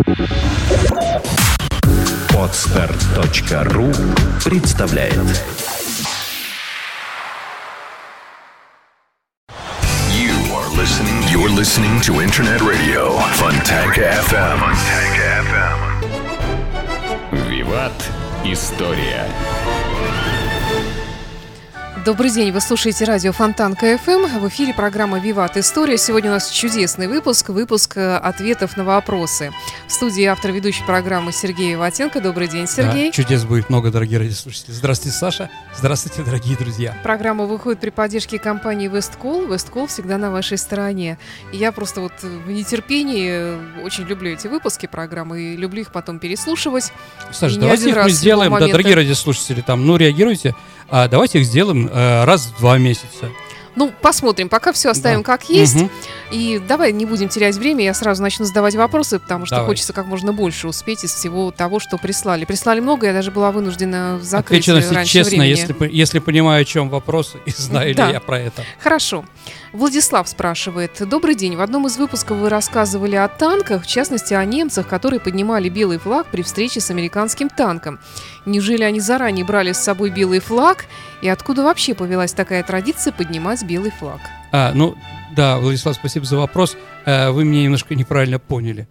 Podster.ru представляет. You're listening to Internet Radio Fontanka FM. Виват. История. Добрый день, вы слушаете радио Фонтанка ФМ. В эфире программа «Виват. История». Сегодня у нас чудесный выпуск ответов на вопросы. В студии автор ведущей программы Сергей Виватенко. Добрый день, Сергей. Да, чудес будет много, дорогие радиослушатели. Здравствуйте, Саша. Здравствуйте, дорогие друзья. Программа выходит при поддержке компании Весткол. Весткол всегда на вашей стороне. И я просто в нетерпении очень люблю эти выпуски программы и люблю их потом переслушивать. Саша, давайте их мы сделаем, да, дорогие радиослушатели, реагируйте. Давайте их сделаем раз в 2 месяца. Посмотрим. Пока все оставим как есть. И давай не будем терять время. Я сразу начну задавать вопросы, потому что хочется как можно больше успеть из всего того, что прислали. Прислали много, я даже была вынуждена закрыть раньше честно, времени. если понимаю, о чем вопрос, и знаю ли я про это. Хорошо. Владислав спрашивает. Добрый день. В одном из выпусков вы рассказывали о танках, в частности, о немцах, которые поднимали белый флаг при встрече с американским танком. Неужели они заранее брали с собой белый флаг? И откуда вообще повелась такая традиция поднимать белый флаг? Да, Владислав, спасибо за вопрос. Вы меня немножко неправильно поняли.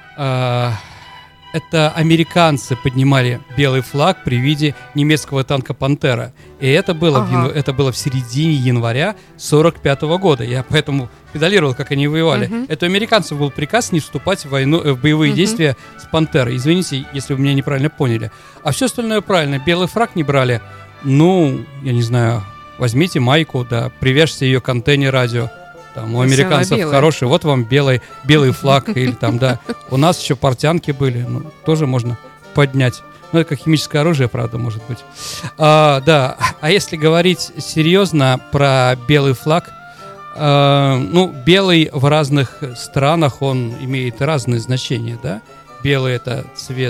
Это американцы поднимали белый флаг при виде немецкого танка «Пантера». И это было, в середине января 1945 года. Я поэтому педалировал, как они воевали. Это у американцев был приказ не вступать в боевые действия с «Пантерой». Извините, если вы меня неправильно поняли. А все остальное правильно. Белый флаг не брали. Я не знаю, возьмите майку, да, привяжьте ее к антенне радио. Там у американцев хороший, вот вам белый флаг, или там, да. У нас еще портянки были, тоже можно поднять. Это как химическое оружие, правда, может быть. Да, а если говорить серьезно про белый флаг, белый в разных странах, он имеет разные значения, да. Белый — это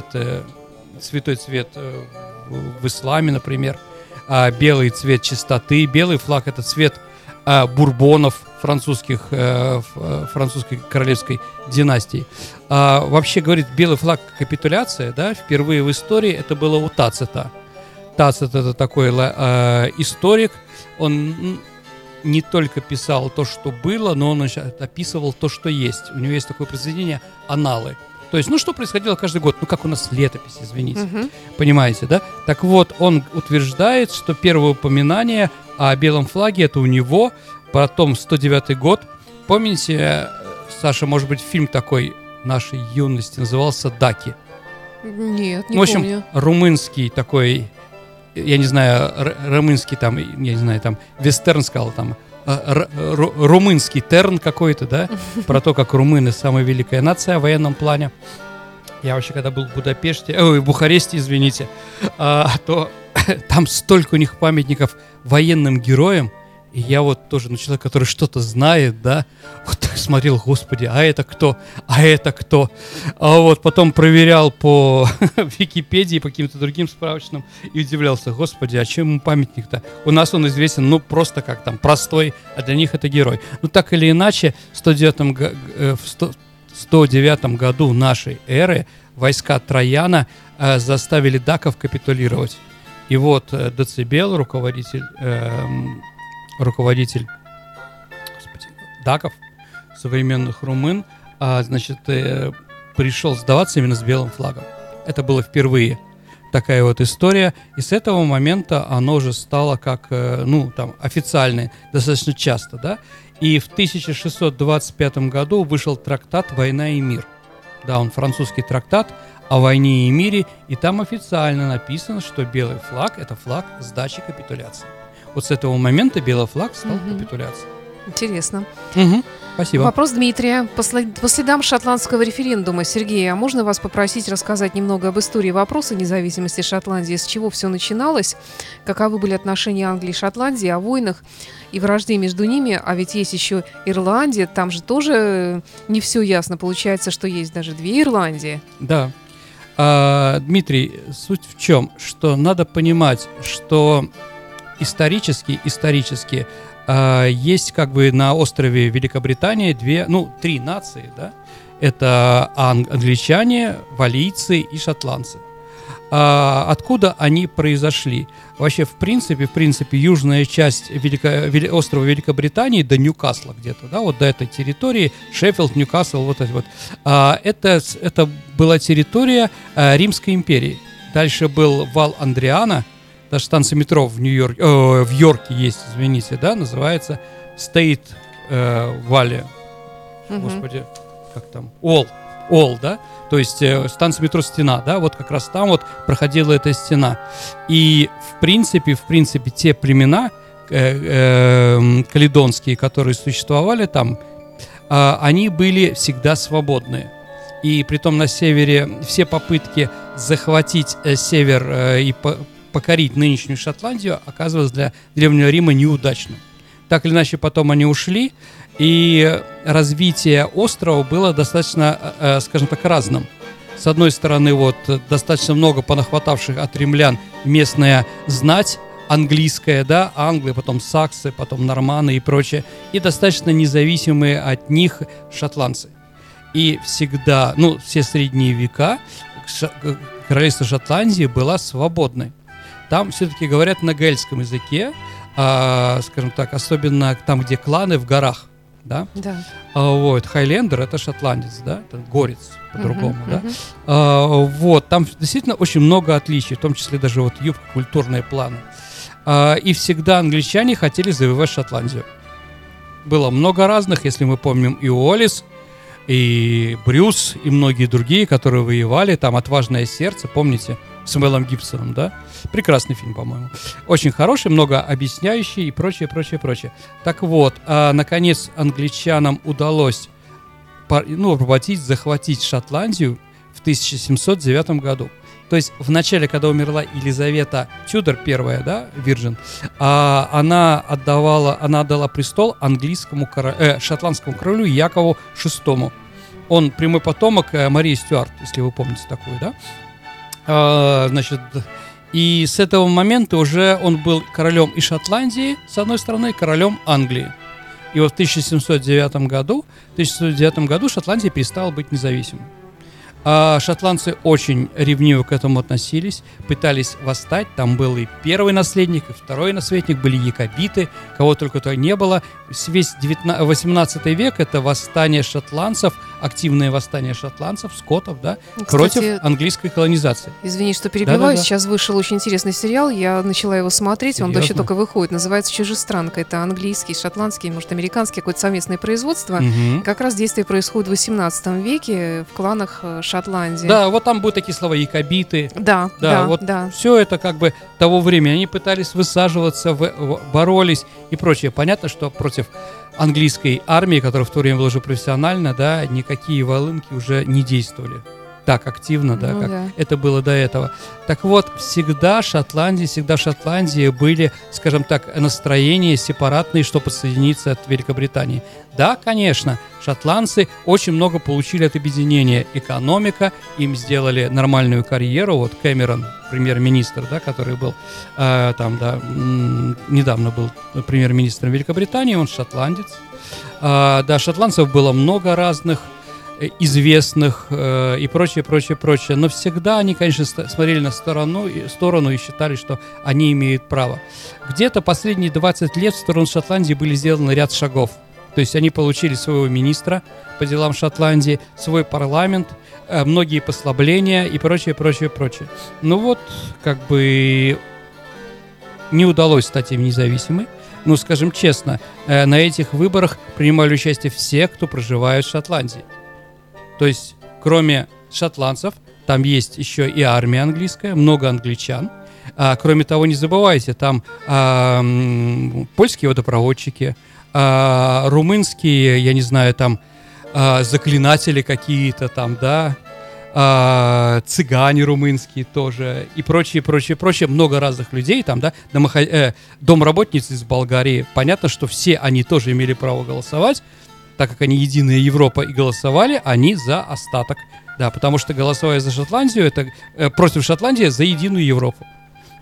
святой цвет в исламе, например. Белый цвет чистоты, белый флаг — это цвет бурбонов французской королевской династии. Вообще, говорит, белый флаг — капитуляция, да, впервые в истории это было у Тацита. Тацит — это такой историк, он не только писал то, что было, но он описывал то, что есть. У него есть такое произведение «Аналы». То есть, что происходило каждый год? Как у нас летопись, извините. Понимаете, да? Так вот, он утверждает, что первое упоминание о белом флаге — это у него, потом 109 год. Помните, Саша, может быть, фильм такой нашей юности назывался «Даки»? Нет, не помню. В общем, румынский такой, я не знаю, румынский там, я не знаю, там, вестерн сказал, там, румынский терн какой-то, да, про то, как румыны самая великая нация в военном плане. Я вообще, когда был в Бухаресте, извините, то там столько у них памятников военным героям, и я тоже, человек, который что-то знает, да, так смотрел, господи, а это кто? А это кто? Потом проверял по Википедии, по каким-то другим справочным, и удивлялся, господи, а чем ему памятник-то? У нас он известен, просто как там, простой, а для них это герой. Так или иначе, в 109 году нашей эры войска Трояна заставили даков капитулировать. И Децибел, руководитель даков, современных румын, пришел сдаваться именно с белым флагом. Это было впервые такая история, и с этого момента оно уже стало как, официальное достаточно часто, да. И в 1625 году вышел трактат «Война и мир». Да, он французский трактат о войне и мире, и там официально написано, что белый флаг — это флаг сдачи капитуляции. С этого момента белый флаг стал капитуляцией. Интересно. Спасибо. Вопрос Дмитрия. По следам шотландского референдума, Сергей, а можно вас попросить рассказать немного об истории вопроса независимости Шотландии, с чего все начиналось, каковы были отношения Англии и Шотландии, о войнах и вражде между ними, а ведь есть еще Ирландия, там же тоже не все ясно. Получается, что есть даже 2 Ирландии. Да. Дмитрий, суть в чем? Что надо понимать, что исторически есть как бы на острове Великобритания три нации, да? Это англичане, валлийцы и шотландцы. Откуда они произошли? Вообще, в принципе, южная часть острова Великобритании до Ньюкасла где-то, да, вот до этой территории, Шеффилд, Ньюкасл, вот эти вот, это была территория Римской империи. Дальше был вал Андриана, даже станция метро в Йорке есть, извините, да, называется State Valley, господи, как там, All, да, то есть станция метро Стена, да, вот как раз там вот проходила эта стена. И в принципе, те племена каледонские, которые существовали там, они были всегда свободные. И притом на севере все попытки захватить север и покорить нынешнюю Шотландию оказывалось для Древнего Рима неудачным. Так или иначе, потом они ушли, и развитие острова было достаточно, скажем так, разным. С одной стороны, вот достаточно много понахватавших от римлян местная знать, английская, да, англы, потом саксы, потом норманы и прочее, и достаточно независимые от них шотландцы. И всегда, все средние века королевство Шотландии было свободной. Там все-таки говорят на гаэльском языке, скажем так, особенно там, где кланы в горах, да? Да. Вот, хайлендер — это шотландец, да, это горец по-другому, да. Вот, там действительно очень много отличий, в том числе даже вот культурные планы. И всегда англичане хотели завоевать Шотландию. Было много разных, если мы помним, и Уоллес, и Брюс, и многие другие, которые воевали, там «Отважное сердце», помните, с Мелом Гибсоном, да? Прекрасный фильм, по-моему. Очень хороший, много объясняющий и прочее. Так вот, наконец, англичанам удалось захватить Шотландию в 1709 году. То есть в начале, когда умерла Елизавета Тюдор, первая, да, Вирджин, она отдала престол шотландскому королю Якову VI. Он прямой потомок Марии Стюарт, если вы помните такую, да? И с этого момента уже он был королем и Шотландии, с одной стороны, королем Англии. И вот в 1709 году Шотландия перестала быть независимой. Шотландцы очень ревниво к этому относились, пытались восстать. Там был и первый наследник, и второй наследник, были якобиты, кого только то не было. Весь 18 век — это восстание шотландцев, активное восстание шотландцев, скотов, да, кстати, против английской колонизации. Извини, что перебиваю. Да. Сейчас вышел очень интересный сериал, я начала его смотреть. Серьезно? Он еще только выходит, называется «Чужестранка». Это английский, шотландский, может, американский какое-то совместное производство. Как раз действие происходит в 18 веке в кланах Шотландии. Да, вот там будут такие слова якобиты. Да. Все это как бы того времени. Они пытались высаживаться, боролись и прочее. Понятно, что против английской армии, которая в то время была уже профессиональна, да, никакие волынки уже не действовали так активно, да, как это было до этого. Так вот, всегда в Шотландии были, скажем так, настроения сепаратные, чтобы подсоединиться от Великобритании. Да, конечно, шотландцы очень много получили от объединения. Экономика, им сделали нормальную карьеру. Вот Кэмерон, премьер-министр, да, который был недавно был премьер-министром Великобритании, он шотландец. Да, шотландцев было много разных, известных и прочее. Но всегда они, конечно, смотрели на сторону и считали, что они имеют право. Где-то последние 20 лет в сторону Шотландии были сделаны ряд шагов. То есть они получили своего министра по делам Шотландии, свой парламент, многие послабления и прочее. Ну вот, как бы не удалось стать им независимой. Ну, скажем честно, на этих выборах принимали участие все, кто проживает в Шотландии. То есть, кроме шотландцев, там есть еще и армия английская, много англичан. Кроме того, не забывайте, там польские водопроводчики, румынские, я не знаю, там заклинатели какие-то там, да, цыгане румынские тоже и прочее. Много разных людей там, да, домработницы из Болгарии. Понятно, что все они тоже имели право голосовать, так как они единая Европа, и голосовали они за остаток. Да, потому что голосовая за Шотландию, это против Шотландии за единую Европу.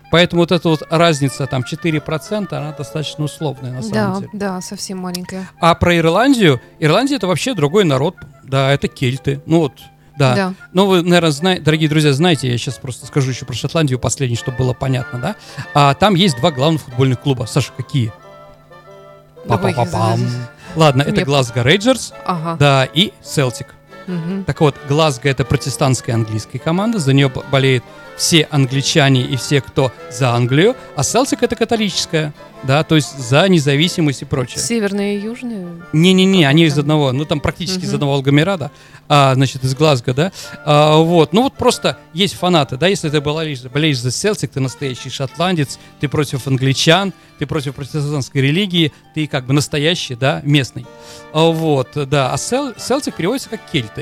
Поэтому вот эта вот разница, там, 4%, она достаточно условная, на самом деле. Да, совсем маленькая. А про Ирландия это вообще другой народ. Да, это кельты. Ну вот, да. Ну, вы, наверное, дорогие друзья, знаете, я сейчас просто скажу еще про Шотландию последний, чтобы было понятно, да? Там есть 2 главных футбольных клуба. Саша, какие? Па-па-па-пам. Ладно, это Глазго Рейнджерс, да, и Селтик. Так вот, Глазго — это протестантская английская команда, за нее болеют все англичане и все, кто за Англию, а Селтик — это католическая, да, то есть за независимость и прочее. Северная и южная? Не-не-не, они из одного, ну там практически из одного агломерата, значит, из Глазго, да, вот, ну вот просто есть фанаты, да, если ты болеешь за Селтик, ты настоящий шотландец, ты против англичан, ты против протестантской религии, ты как бы настоящий, да, местный, вот, да, а Селтик переводится как кельты.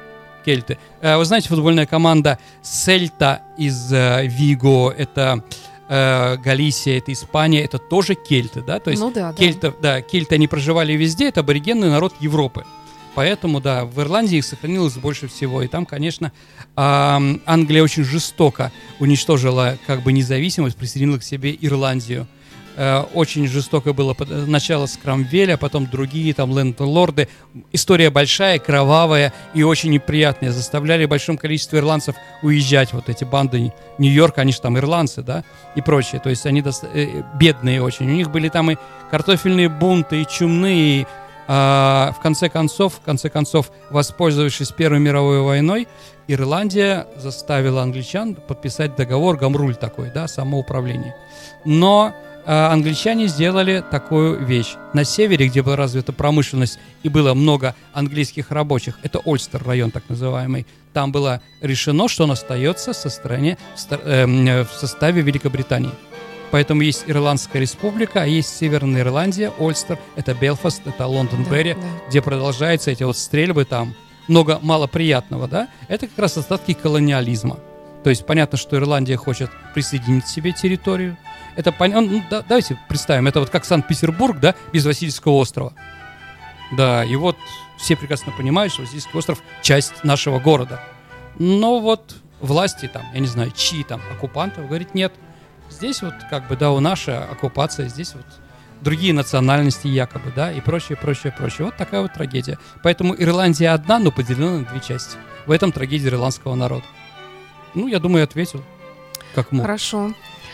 Вы знаете, футбольная команда Сельта из Виго, это Галисия, это Испания, это тоже кельты, да, то есть кельты, они проживали везде, это аборигенный народ Европы. Поэтому, да, в Ирландии их сохранилось больше всего. И там, конечно, Англия очень жестоко уничтожила как бы независимость, присоединила к себе Ирландию. Очень жестоко было начало с Кромвеля, потом другие там лендлорды. История большая, кровавая и очень неприятная. Заставляли большое количество ирландцев уезжать. Вот эти банды Нью-Йорка, они же там ирландцы, да, и прочее. То есть они бедные очень. У них были там и картофельные бунты, и чумные. И, в конце концов, воспользовавшись Первой мировой войной, Ирландия заставила англичан подписать договор, гомруль такой, да, самоуправление. Но англичане сделали такую вещь. На севере, где была развита промышленность и было много английских рабочих, это Ольстер район так называемый, там было решено, что он остается в составе Великобритании. Поэтому есть Ирландская республика, а есть Северная Ирландия, Ольстер, это Белфаст, это Лондонберри, где продолжаются эти вот стрельбы, там мало приятного, да? Это как раз остатки колониализма. То есть понятно, что Ирландия хочет присоединить к себе территорию. Это давайте представим, это вот как Санкт-Петербург, да, без Васильевского острова. Да, и вот все прекрасно понимают, что Васильевский остров — часть нашего города. Но вот власти там, я не знаю, чьи там оккупантов, говорит, нет, здесь вот как бы, да, у наша оккупация, здесь вот другие национальности якобы, да, и прочее. Вот такая вот трагедия. Поэтому Ирландия одна, но поделена на 2 части. В этом трагедия ирландского народа. Ну, я думаю, ответил, как мог. Хорошо.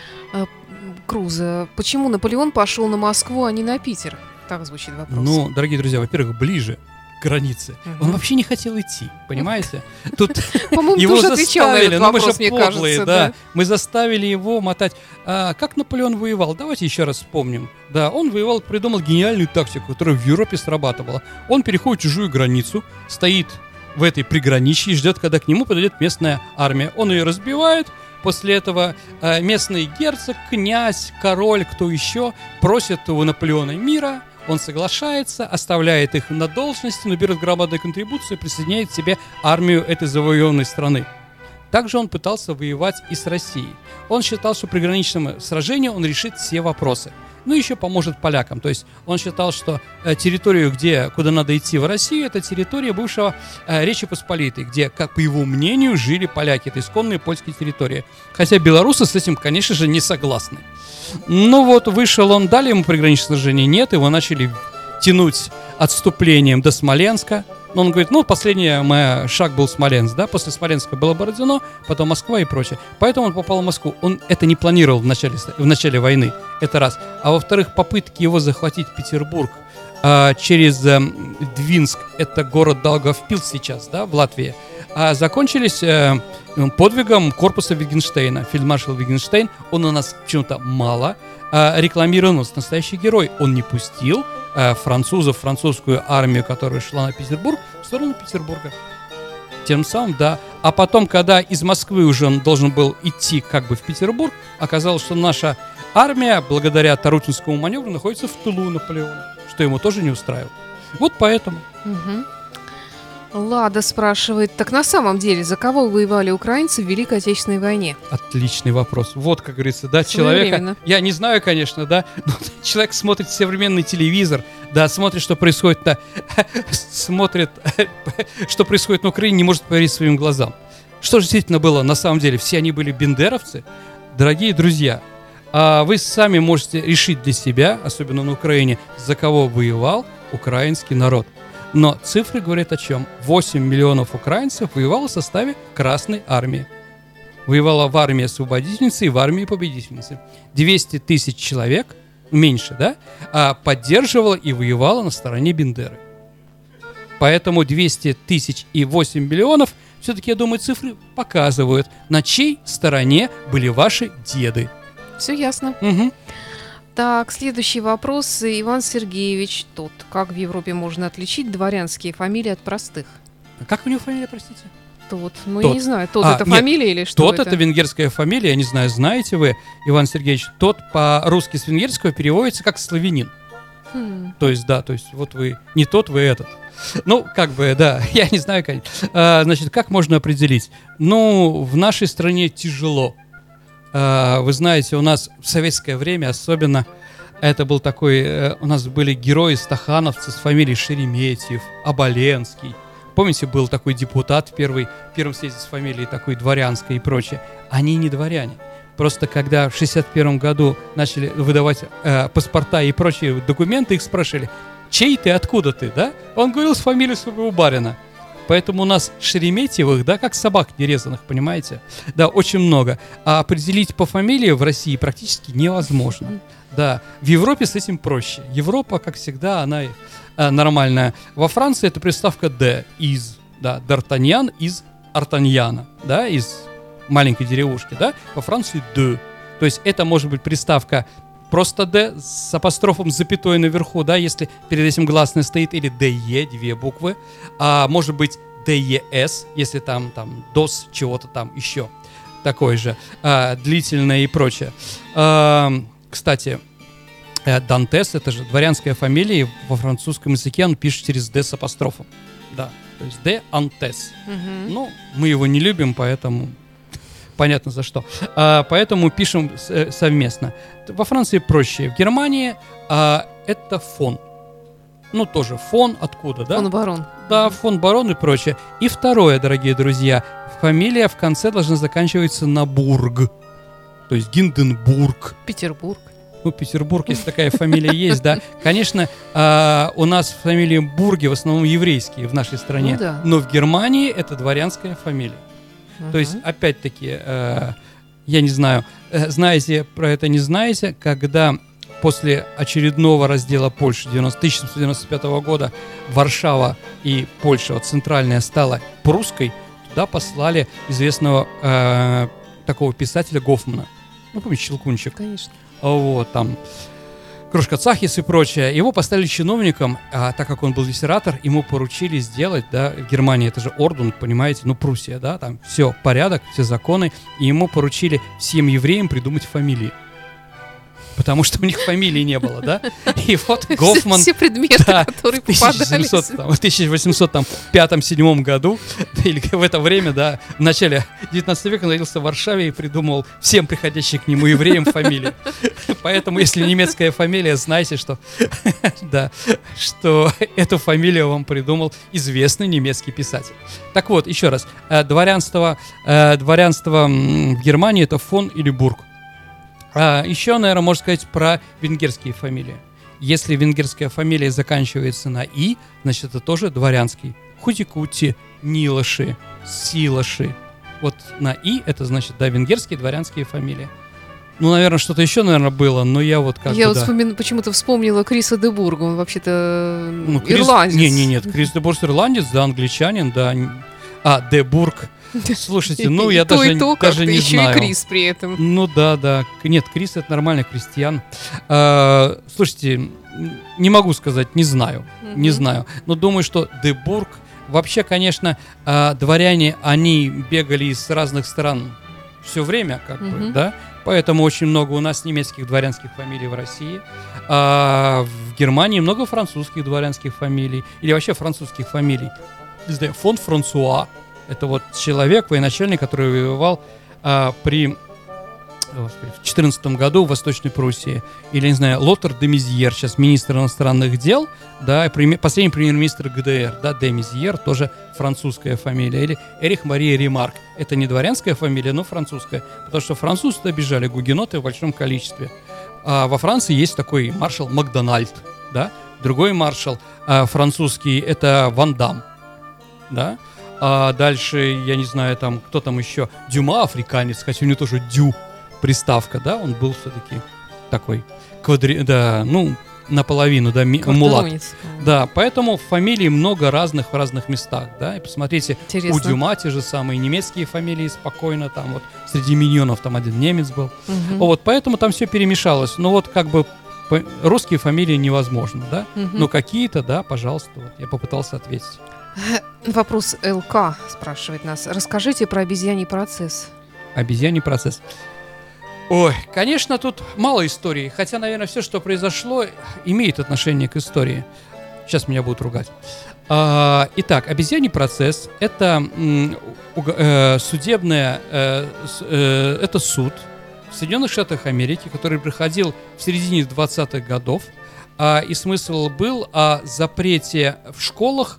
Круза, почему Наполеон пошел на Москву, а не на Питер? Так звучит вопрос. Ну, дорогие друзья, во-первых, ближе к границе. Он вообще не хотел идти, понимаете? Тут его заставили, ну мы же подлые, да. Мы заставили его мотать. Как Наполеон воевал? Давайте еще раз вспомним. Да, он воевал, придумал гениальную тактику, которая в Европе срабатывала. Он переходит чужую границу, стоит в этой приграничье и ждет, когда к нему подойдет местная армия. Он ее разбивает. После этого местный герцог, князь, король, кто еще, просит у Наполеона мира. Он соглашается, оставляет их на должности, но берет громадную контрибуцию и присоединяет к себе армию этой завоеванной страны. Также он пытался воевать и с Россией. Он считал, что при граничном сражении он решит все вопросы. Ну, еще поможет полякам. То есть он считал, что территорию, куда надо идти в Россию, это территория бывшего Речи Посполитой, где, как по его мнению, жили поляки. Это исконные польские территории. Хотя белорусы с этим, конечно же, не согласны. Ну вот, вышел он, дали ему приграничное сражение, нет, его начали тянуть отступлением до Смоленска. Но он говорит, последний мой шаг был Смоленск, да, после Смоленска было Бородино, потом Москва и прочее. Поэтому он попал в Москву. Он это не планировал в начале войны, это раз. А во-вторых, попытки его захватить Петербург через Двинск, это город Даугавпилс сейчас, да, в Латвии, закончились подвигом корпуса Витгенштейна. Фельдмаршал Витгенштейн, он у нас почему-то мало рекламирован, он настоящий герой. Он не пустил французов, французскую армию, которая шла на Петербург, в сторону Петербурга. Тем самым, да. А потом, когда из Москвы уже он должен был идти как бы в Петербург, оказалось, что наша армия, благодаря Тарутинскому маневру, находится в тылу Наполеона, что ему тоже не устраивало. Вот поэтому. Лада спрашивает, так на самом деле, за кого воевали украинцы в Великой Отечественной войне? Отличный вопрос. Вот, как говорится, да, человека... Я не знаю, конечно, да, но человек смотрит современный телевизор, да, смотрит, что происходит смотрит, что происходит на Украине, не может поверить своим глазам. Что же действительно было на самом деле? Все они были бендеровцы, дорогие друзья, вы сами можете решить для себя, особенно на Украине, за кого воевал украинский народ. Но цифры говорят о чем? 8 миллионов украинцев воевало в составе Красной армии. Воевала в армии освободительницы и в армии победительницы. 200 тысяч человек, меньше, да, поддерживала и воевала на стороне Бендеры. Поэтому 200 тысяч и 8 миллионов, все-таки, я думаю, цифры показывают, на чьей стороне были ваши деды. Все ясно. Угу. Так, следующий вопрос. Иван Сергеевич тот. Как в Европе можно отличить дворянские фамилии от простых? Как у него фамилия, простите? Тот. Ну, Тот. я не знаю, тот это нет, фамилия или что Тот это? это венгерская фамилия, я не знаю, знаете вы, Иван Сергеевич, тот по-русски с венгерского переводится как славянин. То есть, да, то есть вот вы не тот, вы этот. Ну, как бы, да, я не знаю, как. Значит, как можно определить? Ну, в нашей стране тяжело. Вы знаете, у нас в советское время особенно, это был такой, у нас были герои-стахановцы с фамилией Шереметьев, Оболенский. Помните, был такой депутат в первом съезде с фамилией такой дворянской и прочее. Они не дворяне. Просто когда в 1961 году начали выдавать паспорта и прочие документы, их спрашивали, чей ты, откуда ты, да? Он говорил с фамилией своего барина. Поэтому у нас Шереметьевых, да, как собак нерезанных, понимаете? Да, очень много. А определить по фамилии в России практически невозможно. Да, в Европе с этим проще. Европа, как всегда, она нормальная. Во Франции это приставка «д», из, да, Д'Артаньян из Артаньяна, да, из маленькой деревушки, да, во Франции «д». То есть это может быть приставка просто «д» с апострофом, с запятой наверху, да, если перед этим гласное стоит, или «де», две буквы, а может быть «дес», если там «дос», чего-то там еще такое же, длительное и прочее. Кстати, Дантес, это же дворянская фамилия, и во французском языке он пишет через «д» с апострофом, да, то есть «де Антес». Ну, мы его не любим, поэтому... Понятно за что. Поэтому пишем совместно. Во Франции проще. В Германии это фон. Ну, тоже фон. Откуда, да? Фон Барон. Да, фон Барон и прочее. И второе, дорогие друзья. Фамилия в конце должна заканчиваться на бург. То есть Гинденбург. Петербург. Ну, Петербург, если такая фамилия есть, да. Конечно, у нас фамилии Бурги в основном еврейские в нашей стране. Ну, да. Но в Германии это дворянская фамилия. То есть, опять-таки, я не знаю, знаете про это, не знаете, когда после очередного раздела Польши 1795 года Варшава и Польша, вот центральная, стала прусской, туда послали известного такого писателя Гофмана. Ну, помните, Щелкунчик? Конечно. Вот, там, Крошка Цахис и прочее. Его поставили чиновником, так как он был литератор, ему поручили сделать, да, в Германии это же Ордунг, понимаете, ну, Пруссия, да, там все, порядок, все законы, и ему поручили всем евреям придумать фамилии. Потому что у них фамилии не было, да? И вот Гофман... Все предметы, да, которые в попадались. В 1805-1807 году, или в это время, да, в начале 19 века он родился в Варшаве и придумал всем приходящим к нему евреям фамилии. Поэтому, если немецкая фамилия, знайте, что, да, что эту фамилию вам придумал известный немецкий писатель. Так вот, еще раз, дворянство в Германии это фон или бург. Еще, наверное, можно сказать про венгерские фамилии. Если венгерская фамилия заканчивается на «и», значит, это тоже дворянский. Хутикути, Нилаши, Силаши. Вот на «и» это значит, да, венгерские дворянские фамилии. Ну, наверное, что-то еще, наверное, было, но я вот как-то, Я да. вот почему-то вспомнила Криса де Бурга, он вообще-то ирландец. Нет, Крис де Бург ирландец, да, англичанин, да. де Бург. Слушайте, ну я даже не еще знаю. И Крис при этом. Ну да. Нет, Крис это нормально, Кристиан. Слушайте, не могу сказать, не знаю. Не знаю. Но думаю, что де Бург... Вообще, конечно, дворяне, они бегали из разных стран все время, как бы, да? Поэтому очень много у нас немецких дворянских фамилий в России. В Германии много французских дворянских фамилий. Или вообще французских фамилий. Фон Франсуа. Это вот человек, военачальник, который воевал при в 14 году в Восточной Пруссии. Или, не знаю, Лотар де Мезьер, сейчас министр иностранных дел, да, и последний премьер-министр ГДР, да, де Мезьер, тоже французская фамилия. Или Эрих Мария Ремарк. Это не дворянская фамилия, но французская. Потому что французы туда бежали, гугеноты в большом количестве. А во Франции есть такой маршал Макдональд, да. Другой маршал французский — это Ван Дам, да. А дальше, я не знаю, там, кто там еще, Дюма, африканец, хотя у него тоже Дю приставка, да, он был все-таки такой наполовину, да, мулат. Да, поэтому фамилий много разных в разных местах, да, и посмотрите, интересно. У Дюма те же самые немецкие фамилии спокойно, там вот среди миньонов там один немец был, вот, поэтому там все перемешалось, но вот как бы русские фамилии невозможно, да, но какие-то, да, пожалуйста, вот, я попытался ответить. Вопрос ЛК спрашивает нас. Расскажите про обезьяний процесс. Обезьяний процесс. Ой, конечно, тут мало истории. Хотя, наверное, все, что произошло, имеет отношение к истории. Сейчас меня будут ругать. Итак, обезьяний процесс – это судебное, это суд в Соединенных Штатах Америки, который проходил в середине 20-х годов. И смысл был о запрете в школах,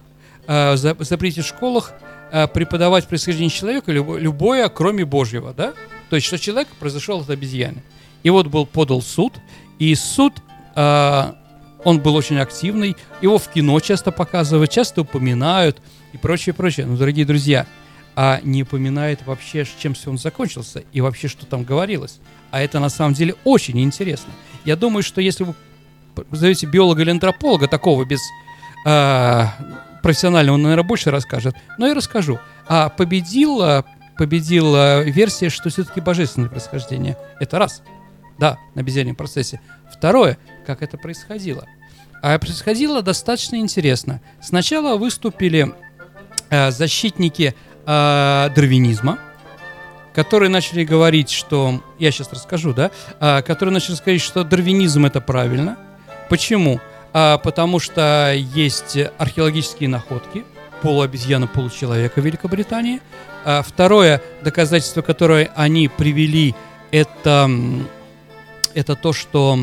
преподавать происхождение человека любое, кроме Божьего, да? То есть, что человек произошел от обезьяны. И вот был подан суд, и суд, он был очень активный, его в кино часто показывают, часто упоминают и прочее, прочее. Но, дорогие друзья, не упоминает вообще, чем все он закончился и вообще, что там говорилось. А это на самом деле очень интересно. Я думаю, что если вы позовете биолога или антрополога, такого без профессионального, он, наверное, больше расскажет, но я расскажу. Победила версия, что все-таки божественное происхождение. Это раз. Да, на обезьяньем процессе. Второе, как это происходило. Происходило достаточно интересно. Сначала выступили защитники дарвинизма, которые начали говорить, что... Я сейчас расскажу, да? Которые начали говорить, что дарвинизм — это правильно. Почему? Потому что есть археологические находки полуобезьяны, получеловека в Великобритании. Второе доказательство, которое они привели, это то, что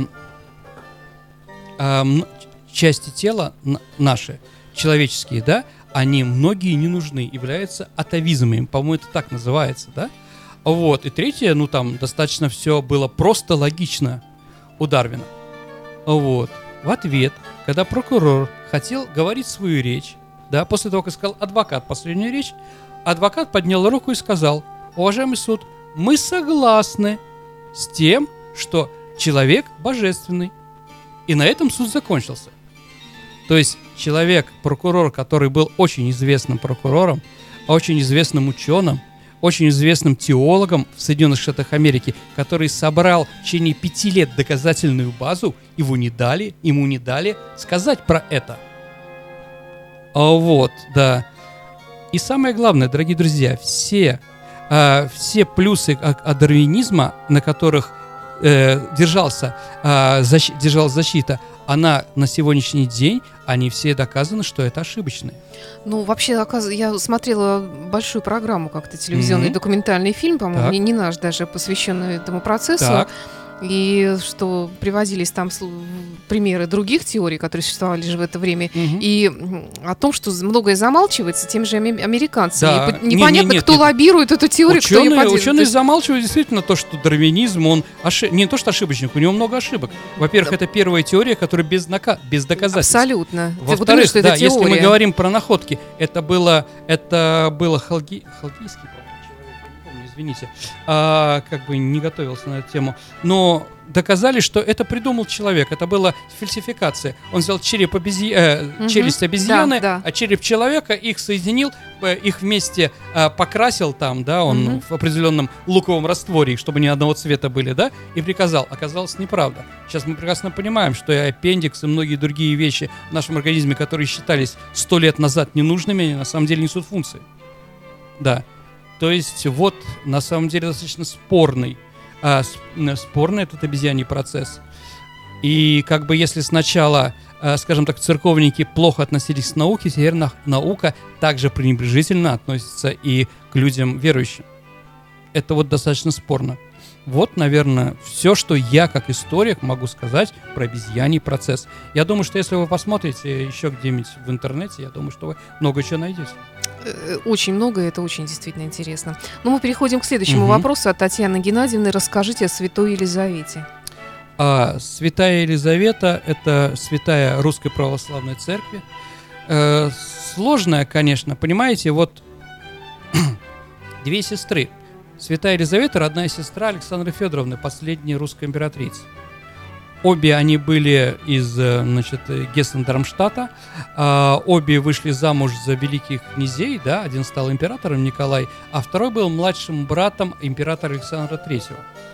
части тела наши, человеческие, да, они многие не нужны, являются атовизмами, по-моему, это так называется, да. Вот. И третье, там достаточно все было просто логично у Дарвина. Вот. В ответ, когда прокурор хотел говорить свою речь, да, после того, как сказал адвокат последнюю речь, адвокат поднял руку и сказал: уважаемый суд, мы согласны с тем, что человек божественный. И на этом суд закончился. То есть человек, прокурор, который был очень известным прокурором, очень известным ученым, очень известным теологом в Соединенных Штатах Америки, который собрал в течение 5 лет доказательную базу, ему не дали сказать про это. Вот, да. И самое главное, дорогие друзья, все плюсы дарвинизма, на которых держалась защита, она на сегодняшний день, они все доказаны, что это ошибочные. Вообще, я смотрела большую программу, как-то телевизионный документальный фильм, по-моему, не наш даже, посвященный этому процессу. Так. И что приводились там примеры других теорий, которые существовали же в это время, и о том, что многое замалчивается теми же американцами. Да. И непонятно, кто лоббирует эту теорию, кто ее поддерживает. Ученые замалчивают действительно то, что дарвинизм, он не то что ошибочник, у него много ошибок. Во-первых, это первая теория, которая без доказательств. Абсолютно. Во-вторых, что это если мы говорим про находки, это было халгийский, извините, как бы не готовился на эту тему, но доказали, что это придумал человек, это была фальсификация. Он взял челюсть обезьяны, а череп человека, их соединил, их вместе покрасил там, да, он в определенном луковом растворе, чтобы ни одного цвета были, да, и приказал. Оказалось, неправда. Сейчас мы прекрасно понимаем, что и аппендикс, и многие другие вещи в нашем организме, которые считались 100 лет назад ненужными, они на самом деле несут функции. Да. То есть вот на самом деле достаточно спорный этот обезьяний процесс. И как бы если сначала, скажем так, церковники плохо относились к науке, теперь наука также пренебрежительно относится и к людям верующим. Это вот достаточно спорно. Вот, наверное, все, что я как историк могу сказать про обезьяний процесс. Я думаю, что если вы посмотрите еще где-нибудь в интернете, я думаю, что вы много чего найдете. Очень много, это очень действительно интересно. Но мы переходим к следующему вопросу от Татьяны Геннадьевны. Расскажите о святой Елизавете. Святая Елизавета – это святая Русской Православной Церкви. Сложная, конечно, понимаете, вот две сестры. Святая Елизавета – родная сестра Александры Федоровны, последней русской императрицы. Обе они были из, значит, Гессен-Дармштадта. Обе вышли замуж за великих князей, да, один стал императором Николай, а второй был младшим братом императора Александра III.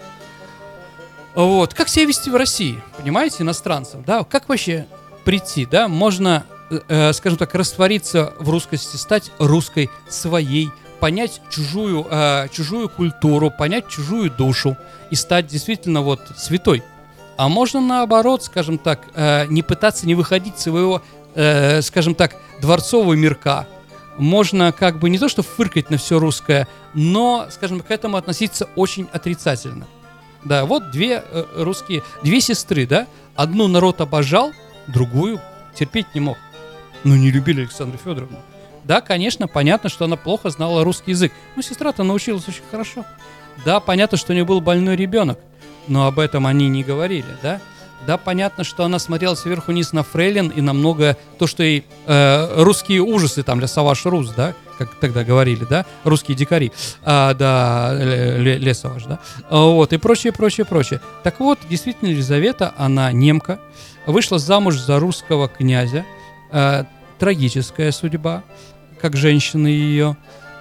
Вот. Как себя вести в России, понимаете, иностранцам, да? Как вообще прийти, да? Можно, скажем так, раствориться в русскости, стать русской своей, понять чужую культуру, понять чужую душу и стать действительно вот святой. А можно наоборот, скажем так, не пытаться не выходить из своего, скажем так, дворцового мирка. Можно как бы не то что фыркать на все русское, но, скажем, к этому относиться очень отрицательно. Да, вот две сестры, да, одну народ обожал, другую терпеть не мог. Ну, не любили Александру Федоровну. Да, конечно, понятно, что она плохо знала русский язык. Но сестра-то научилась очень хорошо. Да, понятно, что у нее был больной ребенок, но об этом они не говорили, да. Да, понятно, что она смотрела сверху вниз на фрейлин и на многое, то, что и русские ужасы, там, для Саваш Рус, да, как тогда говорили, да, русские дикари, да, Лесоваш, да, вот, и прочее. Так вот, действительно, Елизавета, она немка, вышла замуж за русского князя, трагическая судьба, как женщины ее.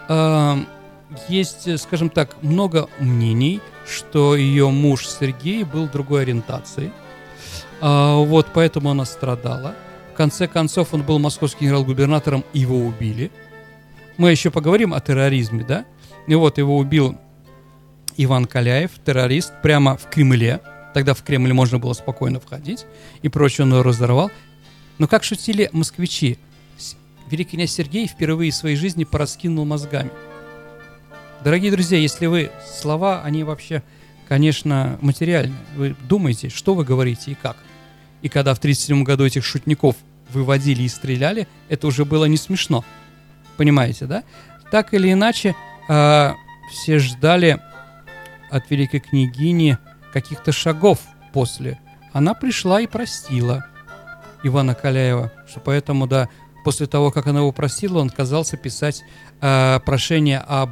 Есть, скажем так, много мнений, что ее муж Сергей был другой ориентации. Вот поэтому она страдала. В конце концов, он был московским генерал-губернатором, и его убили. Мы еще поговорим о терроризме, да? И вот его убил Иван Каляев, террорист, прямо в Кремле. Тогда в Кремль можно было спокойно входить. И прочее, он его разорвал. Но как шутили москвичи, великий князь Сергей впервые в своей жизни пораскинул мозгами. Дорогие друзья, если вы слова, они вообще, конечно, материальны. Вы думаете, что вы говорите и как. И когда в 1937 году этих шутников выводили и стреляли, это уже было не смешно. Понимаете, да? Так или иначе, все ждали от великой княгини каких-то шагов после. Она пришла и простила Ивана Каляева, что поэтому, да, после того, как она его простила, он отказался писать прошение об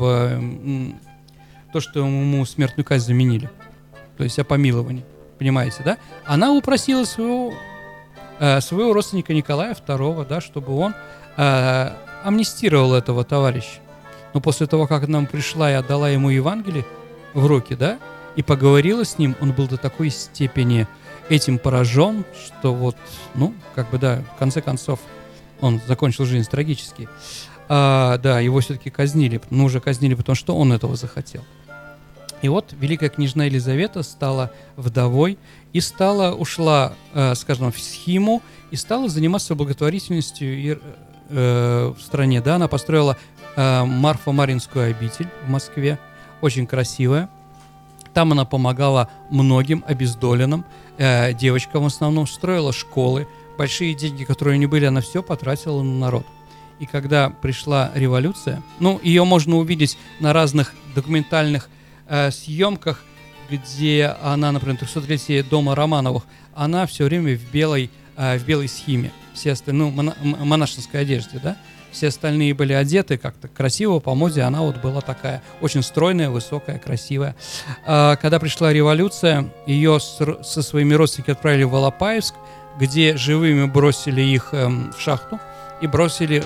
то, что ему смертную казнь заменили. То есть о помиловании. Понимаете, да? Она упросила своего родственника Николая II, да, чтобы он амнистировал этого товарища. Но после того, как она пришла и отдала ему Евангелие в руки, да, и поговорила с ним, он был до такой степени этим поражен, что вот, ну, как бы, да, в конце концов, он закончил жизнь трагически. Да, его все-таки казнили, но уже казнили, потому что он этого захотел. И вот великая княжна Елизавета стала вдовой и ушла, скажем, в схиму и стала заниматься благотворительностью в стране. Да, она построила Марфо-Маринскую обитель в Москве, очень красивая. Там она помогала многим обездоленным девочкам в основном, строила школы. Большие деньги, которые у нее были, она все потратила на народ. И когда пришла революция, ну, ее можно увидеть на разных документальных съемках, где она, например, 300-летие дома Романовых, она все время в белой схиме, все остальные, ну, монашеской одежде, да, все остальные были одеты как-то красиво, по моде, она вот была такая очень стройная, высокая, красивая. Когда пришла революция, ее со своими родственниками отправили в Алапаевск, где живыми бросили их в шахту и бросили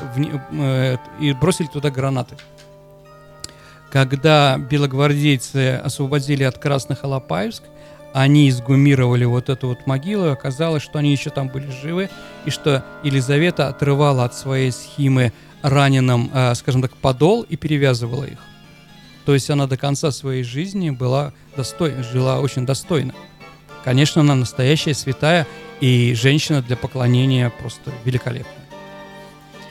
туда гранаты. Когда белогвардейцы освободили от красных Алапаевск, они изгумировали вот эту вот могилу, и оказалось, что они еще там были живы, и что Елизавета отрывала от своей схимы раненым, скажем так, подол и перевязывала их. То есть она до конца своей жизни жила очень достойно. Конечно, она настоящая святая и женщина для поклонения просто великолепная.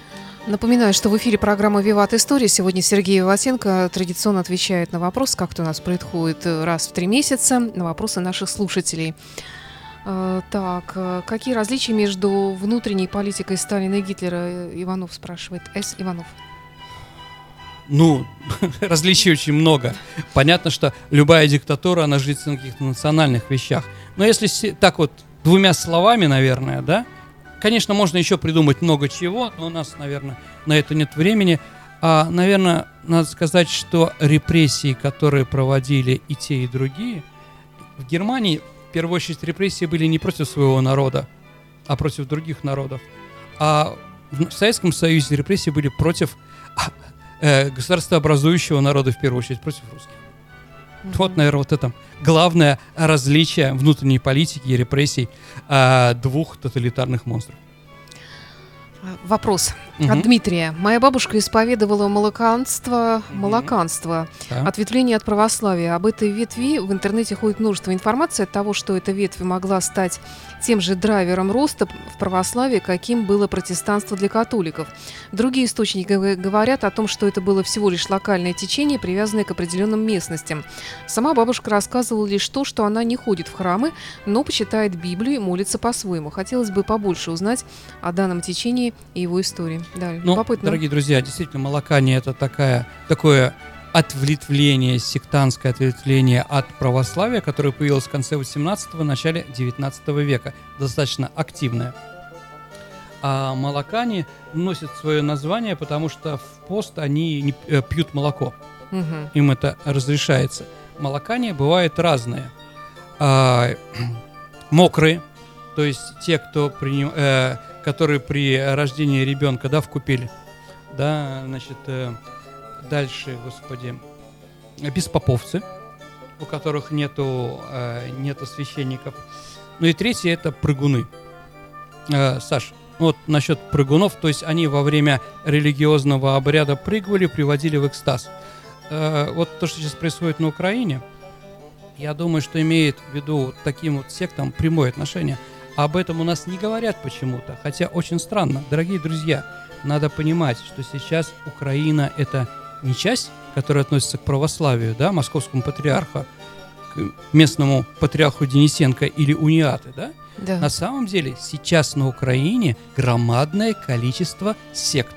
Напоминаю, что в эфире программа «Виват. История». Сегодня Сергей Виватенко традиционно отвечает на вопрос, как это у нас происходит раз в 3 месяца, на вопросы наших слушателей. Так, какие различия между внутренней политикой Сталина и Гитлера? Иванов спрашивает. С. Иванов. Ну, различий очень много. Понятно, что любая диктатура, она жится на каких-то национальных вещах. Но если так вот 2 словами, наверное, да, конечно, можно еще придумать много чего, но у нас, наверное, на это нет времени. Наверное, надо сказать, что репрессии, которые проводили и те, и другие, в Германии, в первую очередь, репрессии были не против своего народа, а против других народов. А в Советском Союзе репрессии были против государствообразующего народа, в первую очередь, против русских. Вот, наверное, вот это главное различие внутренней политики и репрессий 2 тоталитарных монстров. Вопрос от Дмитрия. Моя бабушка исповедовала молоканство, ответвление от православия. Об этой ветви в интернете ходит множество информации от того, что эта ветвь могла стать тем же драйвером роста в православии, каким было протестанство для католиков. Другие источники говорят о том, что это было всего лишь локальное течение, привязанное к определенным местностям. Сама бабушка рассказывала лишь то, что она не ходит в храмы, но почитает Библию и молится по-своему. Хотелось бы побольше узнать о данном течении и его истории. Да, любопытно. Дорогие друзья, действительно, молокане — это такое ответвление, сектантское ответвление от православия, которое появилось в конце 18-го, начале 19 века, достаточно активное. А молокане носят свое название, потому что в пост они не пьют молоко. Им это разрешается. Молокане бывают разные. Мокрые, то есть те, кто которые при рождении ребенка, да, в купель, да, значит, дальше, господи, беспоповцы, у которых нету священников. Ну и третье — это прыгуны. Саш, вот насчет прыгунов, то есть они во время религиозного обряда прыгали, приводили в экстаз. Вот то, что сейчас происходит на Украине, я думаю, что имеет в виду таким вот сектам прямое отношение. Об этом у нас не говорят почему-то, хотя очень странно. Дорогие друзья, надо понимать, что сейчас Украина — это не часть, которая относится к православию, да, московскому патриарху, к местному патриарху Денисенко или униаты, да? Да. На самом деле сейчас на Украине громадное количество сект.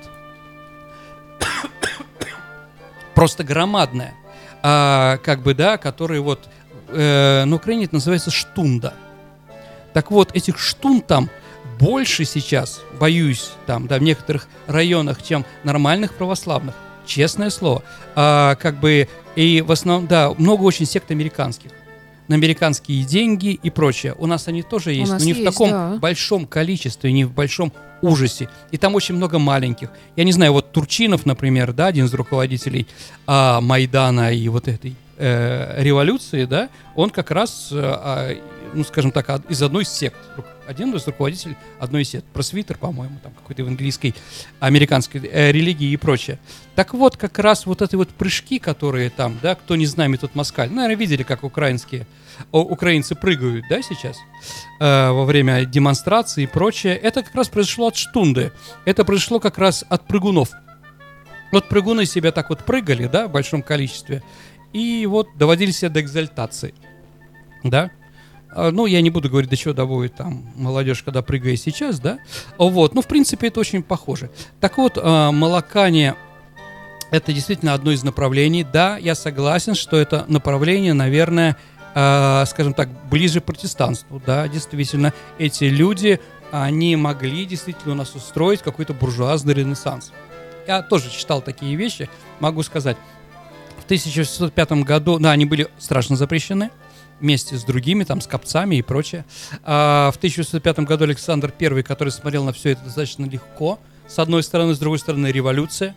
Просто громадное. Которые вот на Украине это называется штунда. Так вот, этих штун там больше сейчас, боюсь, там, да, в некоторых районах, чем нормальных православных. Честное слово. И в основном, да, много очень сект американских. На американские деньги и прочее. У нас они тоже есть, но не в таком большом количестве, не в большом ужасе. И там очень много маленьких. Я не знаю, вот Турчинов, например, да, один из руководителей Майдана и вот этой революции, да, он как раз, скажем так, из одной из сект. Один из руководителей одной из сект. Просвитер, по-моему, там какой-то английской, американской религии и прочее. Так вот, как раз вот эти вот прыжки, которые там, да, кто не знает метод Москаль, наверное, видели, как украинцы прыгают, да, сейчас, во время демонстрации и прочее. Это как раз произошло от штунды. Это произошло как раз от прыгунов. Вот прыгуны себя так вот прыгали, да, в большом количестве, и вот доводили себя до экзальтации, да. Ну, я не буду говорить, до чего доводит там молодежь, когда прыгает сейчас, да. Вот, ну, в принципе, это очень похоже. Так вот, молокане — это действительно одно из направлений. Да, я согласен, что это направление, наверное, скажем так, ближе к протестанству, да, действительно. Эти люди, они могли действительно у нас устроить какой-то буржуазный ренессанс. Я тоже читал такие вещи, могу сказать. В 1605 году, да, они были страшно запрещены, вместе с другими, там, с копцами и прочее. В 1605 году Александр I, который смотрел на все это достаточно легко, с одной стороны, с другой стороны, революция,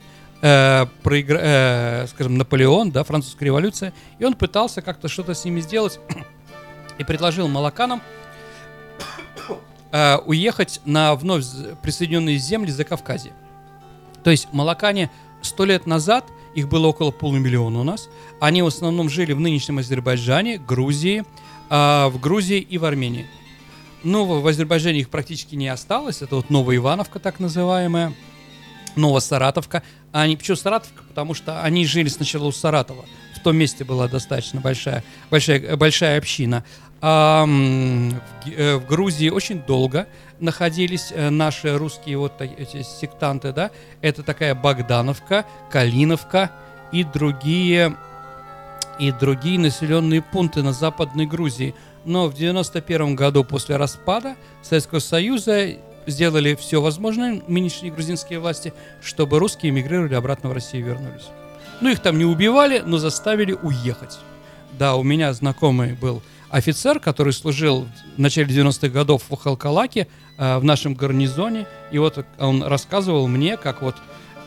скажем, Наполеон, да, французская революция, и он пытался как-то что-то с ними сделать и предложил молоканам уехать на вновь присоединенные земли Закавказья. То есть молокане 100 лет назад, их было около 500 000 у нас, они в основном жили в нынешнем Азербайджане, Грузии, в Грузии и в Армении. Но в Азербайджане их практически не осталось, это вот Новая Ивановка так называемая. Новосаратовка. Почему Саратовка? Потому что они жили сначала у Саратова. В том месте была достаточно большая община. В Грузии очень долго находились наши русские вот эти сектанты, да. Это такая Богдановка, Калиновка и другие населенные пункты на Западной Грузии. Но в 91 году после распада Советского Союза сделали все возможное, нынешние грузинские власти, чтобы русские эмигрировали обратно в Россию и вернулись. Их там не убивали, но заставили уехать. Да, у меня знакомый был офицер, который служил в начале 90-х годов в Халкалаке, в нашем гарнизоне. И вот он рассказывал мне, как вот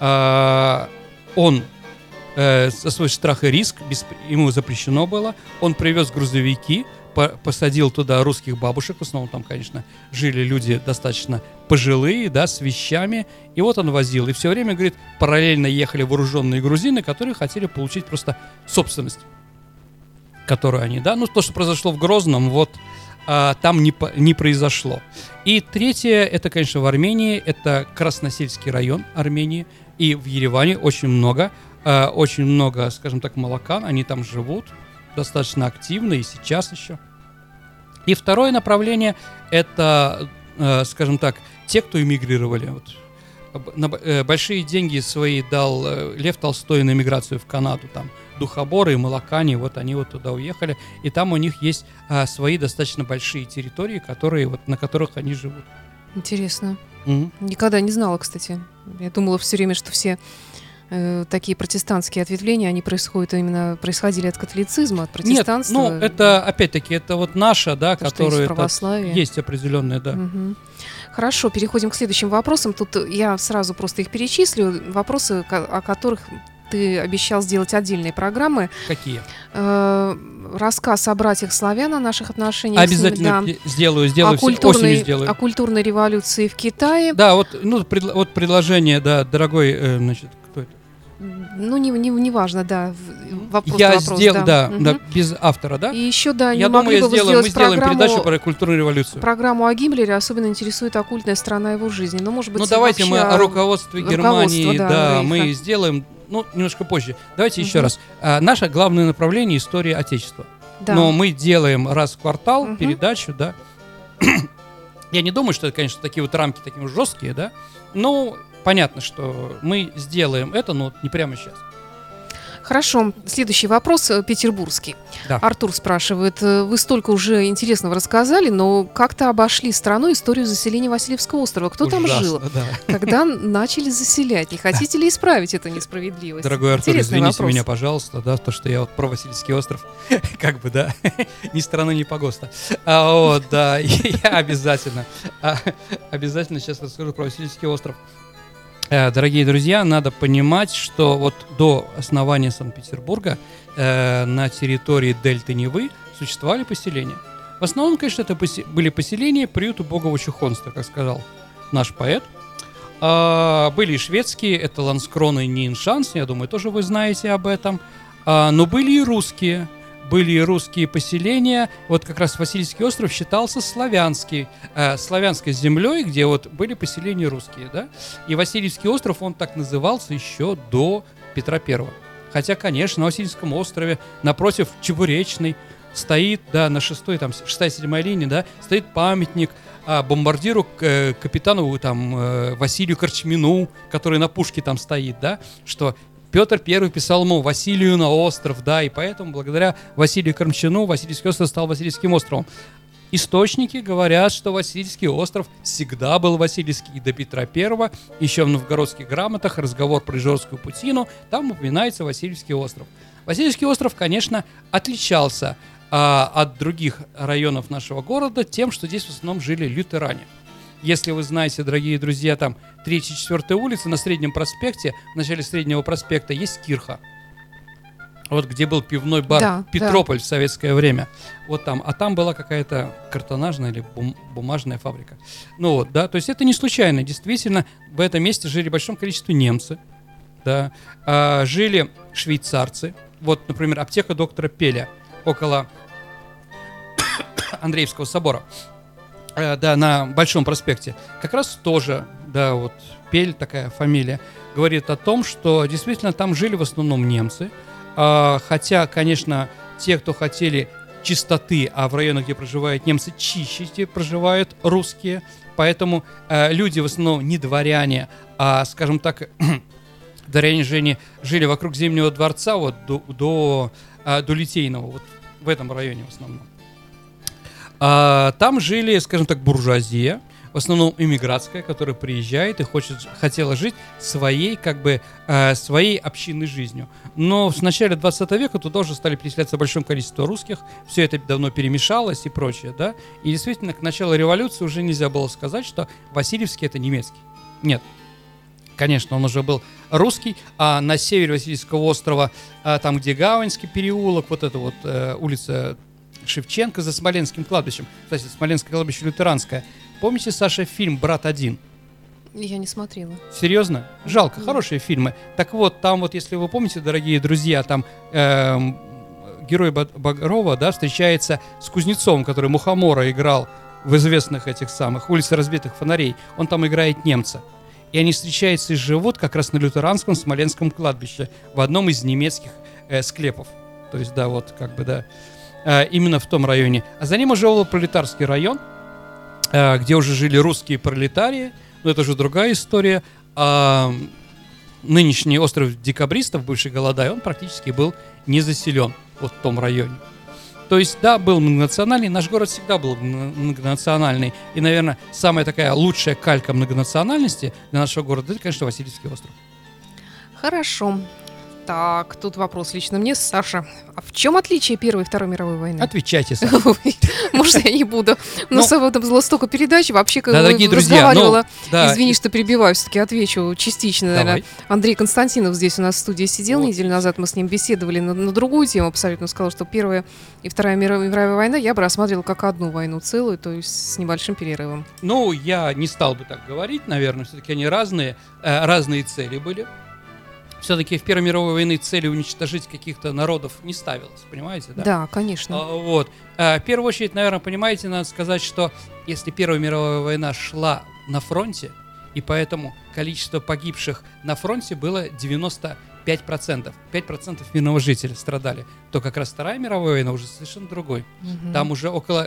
он за свой страх и риск, ему запрещено было, он привез грузовики, посадил туда русских бабушек, в основном там, конечно, жили люди достаточно пожилые, да, с вещами, и вот он возил, и все время, говорит, параллельно ехали вооруженные грузины, которые хотели получить просто собственность, которую они, да, то, что произошло в Грозном, вот, там не произошло. И третье, это, конечно, в Армении, это Красносельский район Армении, и в Ереване очень много, скажем так, молокан, они там живут, достаточно активно и сейчас еще. И второе направление – это, скажем так, те, кто эмигрировали. Вот. Большие деньги свои дал Лев Толстой на эмиграцию в Канаду. Там духоборы и молокане, вот они вот туда уехали. И там у них есть свои достаточно большие территории, на которых они живут. Интересно. Никогда не знала, кстати. Я думала все время, что все такие протестантские ответвления, они происходили от католицизма, от протестанства. Нет, это, опять-таки, это вот наша, да, которая есть определенная, да. Угу. Хорошо, переходим к следующим вопросам. Тут я сразу просто их перечислю. Вопросы, о которых ты обещал сделать отдельные программы. Какие? Рассказ о братьях-славян, о наших отношениях обязательно с ними, да. сделаю, осенью сделаю. О культурной революции в Китае. Да, вот предложение, да, дорогой, значит, кто это? Не важно, да. Вопрос, да, без автора, да? И еще, да, я думаю, мы сделаем передачу про культурную революцию. Программу о Гиммлере особенно интересует оккультная сторона его жизни. Но, может быть, давайте мы о руководстве Германии, да, мы сделаем, немножко позже. Давайте еще раз. Наше главное направление — история Отечества. Да. Но мы делаем раз в квартал передачу, да. Я не думаю, что это, конечно, такие вот рамки такие жесткие, да, но понятно, что мы сделаем это, но не прямо сейчас. Хорошо. Следующий вопрос петербургский. Да. Артур спрашивает: вы столько уже интересного рассказали, но как-то обошли страну историю заселения Васильевского острова. Кто там жил? Да. Когда начали заселять? Не хотите ли исправить эту несправедливость? Дорогой Артур, извините меня, пожалуйста, да, то, что я вот про Васильевский остров, как бы, да, ни страна, ни погоста. Да, я обязательно сейчас расскажу про Васильевский остров. Дорогие друзья, надо понимать, что вот до основания Санкт-Петербурга на территории дельты Невы существовали поселения. В основном, конечно, это были поселения приют убогого чухонства, как сказал наш поэт. Были и шведские, это Ланскрон и Ниншанс, я думаю, тоже вы знаете об этом. Но были и русские поселения. Вот как раз Васильевский остров считался славянской землей, где вот были поселения русские, да. И Васильевский остров, он так назывался еще до Петра I. Хотя, конечно, на Васильевском острове напротив Чебуречной стоит, да, на 6-7 линии, да, стоит памятник бомбардиру, капитану там Василию Корчмину, который на пушке там стоит, да, что Петр I писал ему Василию на остров, да, и поэтому благодаря Василию Кормчину Васильевский остров стал Васильевским островом. Источники говорят, что Васильевский остров всегда был Васильевский и до Петра I. Еще в новгородских грамотах разговор про Ижорскую путину, там упоминается Васильевский остров. Васильевский остров, конечно, отличался от других районов нашего города тем, что здесь в основном жили лютеране. Если вы знаете, дорогие друзья, там 3-4 улицы на Среднем проспекте, в начале Среднего проспекта есть кирха. Вот где был пивной бар Петрополь в советское время. Вот там. А там была какая-то картонажная или бумажная фабрика. То есть это не случайно. Действительно, в этом месте жили в большом количестве немцы. Да. Жили швейцарцы. Вот, например, аптека доктора Пеля около Андреевского собора. Да, на Большом проспекте, как раз тоже, да, вот Пель, такая фамилия, говорит о том, что действительно там жили в основном немцы, хотя, конечно, те, кто хотели чистоты, а в районах, где проживают немцы, чище проживают русские, поэтому люди в основном не дворяне, а, скажем так, дворяне жили вокруг Зимнего дворца вот до Литейного, вот в этом районе в основном. Там жили, скажем так, буржуазия, в основном иммигрантская, которая приезжает и хотела жить своей, своей общинной жизнью. Но в начале 20 века туда уже стали переселяться большое количество русских, все это давно перемешалось и прочее, да. И действительно, к началу революции уже нельзя было сказать, что Васильевский — это немецкий. Нет. Конечно, он уже был русский, а на севере Васильевского острова, там, где Гаванский переулок, вот эта вот улица Шевченко за Смоленским кладбищем. Кстати, Смоленское кладбище лютеранское. Помните, Саша, фильм «Брат 1»? Я не смотрела. Серьезно? Жалко, хорошие фильмы. Так вот, там вот, если вы помните, дорогие друзья, там герой Багрова, да, встречается с Кузнецовым, который Мухомора играл в известных этих самых «Улице разбитых фонарей». Он там играет немца. И они встречаются и живут как раз на лютеранском Смоленском кладбище в одном из немецких склепов. То есть, да, вот как бы, да, именно в том районе. А за ним уже был пролетарский район, где уже жили русские пролетарии. Но это уже другая история. Нынешний остров декабристов, бывший Голодай, он практически был не заселен вот в том районе. То есть, да, был многонациональный. Наш город всегда был многонациональный. И, наверное, самая такая лучшая калька многонациональности для нашего города — это, конечно, Васильевский остров. Хорошо. Так, тут вопрос лично мне, Саша. А в чем отличие Первой и Второй мировой войны? Отвечайте, Саша. Может, я не буду. Но с об этом было столько передач. Вообще, как разговаривала. Извини, что перебиваю, все-таки отвечу частично, наверное. Андрей Константинов здесь у нас в студии сидел неделю назад. Мы с ним беседовали на другую тему абсолютно. Сказал, что Первая и Вторая мировая война я бы рассматривала как одну войну целую, то есть с небольшим перерывом. Ну, я не стал бы так говорить, наверное. Все-таки они разные цели были. Все-таки в Первой мировой войне цели уничтожить каких-то народов не ставилось, понимаете, да? Да, конечно. Вот. В первую очередь, наверное, понимаете, надо сказать, что если Первая мировая война шла на фронте, и поэтому количество погибших на фронте было 95%. 5% мирного жителя страдали. То как раз Вторая мировая война уже совершенно другой. Угу. Там уже около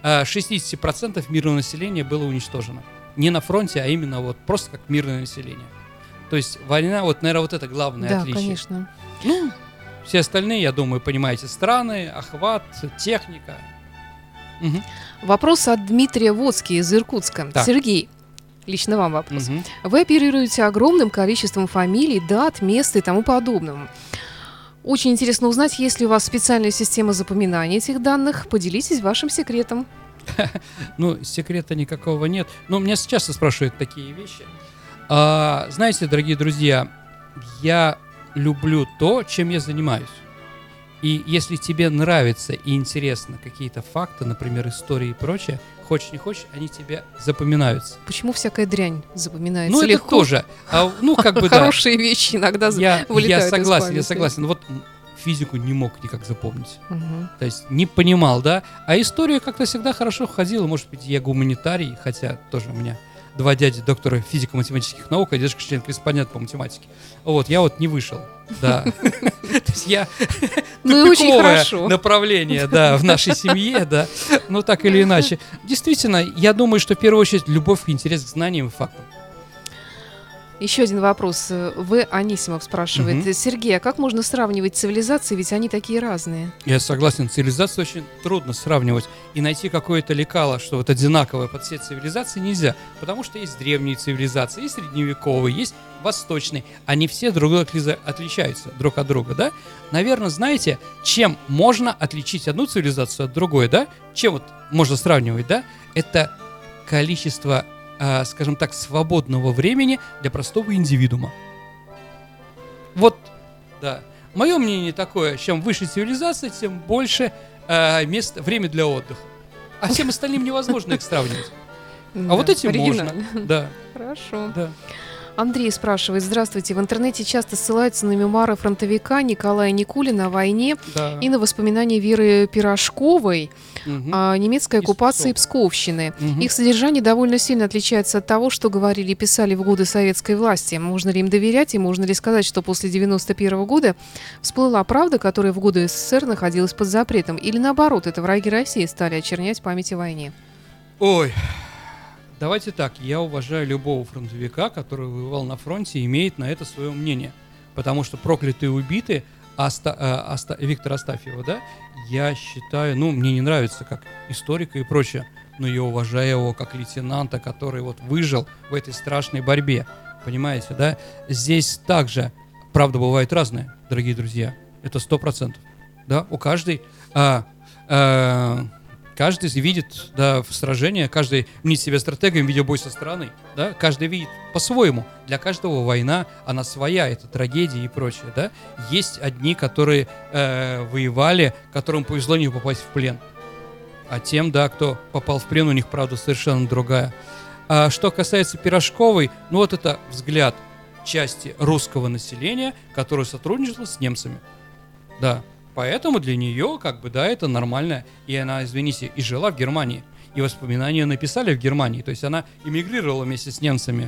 60% мирного населения было уничтожено. Не на фронте, а именно вот просто как мирное население. То есть война, вот, наверное, вот это главное отличие. Да, конечно. Ну, все остальные, я думаю, понимаете, страны, охват, техника. Угу. Вопрос от Дмитрия Водски из Иркутска. Так. Сергей, лично вам вопрос. Угу. Вы оперируете огромным количеством фамилий, дат, мест и тому подобного. Очень интересно узнать, есть ли у вас специальная система запоминания этих данных. Поделитесь вашим секретом. Ну, секрета никакого нет. Но меня часто спрашивают такие вещи. Знаете, дорогие друзья, я люблю то, чем я занимаюсь. И если тебе нравятся и интересны какие-то факты, например, истории и прочее, хочешь не хочешь, они тебе запоминаются. Почему всякая дрянь запоминается ну, легко? Ну, это тоже. Хорошие вещи иногда вылетают из памяти. Я согласен. Вот физику не мог никак запомнить. То есть не понимал, да. А история как-то всегда хорошо входила. Может быть, я гуманитарий, хотя тоже у меня 2 дяди доктора физико-математических наук, а дедушка член-корреспондент по математике. Вот, я вот не вышел, да. То есть я тупиковое направление, да, в нашей семье, да. Ну, так или иначе. Действительно, я думаю, что в первую очередь любовь и интерес к знаниям и фактам. Еще один вопрос. Анисимов спрашивает. Сергей, а как можно сравнивать цивилизации, ведь они такие разные? Я согласен, цивилизации очень трудно сравнивать. И найти какое-то лекало, что вот одинаковое под все цивилизации, нельзя. Потому что есть древние цивилизации, есть средневековые, есть восточные. Они все друг от друга отличаются друг от друга, да? Наверное, знаете, чем можно отличить одну цивилизацию от другой, да? Чем вот можно сравнивать, да? Это количество, скажем так, свободного времени для простого индивидуума. Вот, да. Мое мнение такое, чем выше цивилизация, тем больше время для отдыха. А всем остальным невозможно их сравнивать. А вот этим можно. Да. Хорошо. Да. Андрей спрашивает: здравствуйте, в интернете часто ссылаются на мемуары фронтовика Николая Никулина о войне Да. и на воспоминания Веры Пирожковой Мгм. о немецкой Из оккупации Пскова. Псковщины. Мгм. Их содержание довольно сильно отличается от того, что говорили и писали в годы советской власти. Можно ли им доверять и можно ли сказать, что после 91 года всплыла правда, которая в годы СССР находилась под запретом? Или наоборот, это враги России стали очернять память о войне? Ой, давайте так, я уважаю любого фронтовика, который воевал на фронте и имеет на это свое мнение. Потому что проклятые убиты Виктора Астафьева, да, я считаю, мне не нравится как историка и прочее, но я уважаю его как лейтенанта, который вот выжил в этой страшной борьбе. Понимаете, да? Здесь также, правда, бывает разное, дорогие друзья, это 100%. Да, у каждой... Каждый видит, да, в сражении, каждый мнит себя стратегом, видя бой со стороны, да, каждый видит по-своему. Для каждого война, она своя, это трагедия и прочее, да. Есть одни, которые воевали, которым повезло не попасть в плен, а тем, да, кто попал в плен, у них правда совершенно другая. А что касается Пирожковой, вот это взгляд части русского населения, которая сотрудничала с немцами, да. Поэтому для нее, это нормально. И она, извините, и жила в Германии. И воспоминания написали в Германии. То есть она эмигрировала вместе с немцами,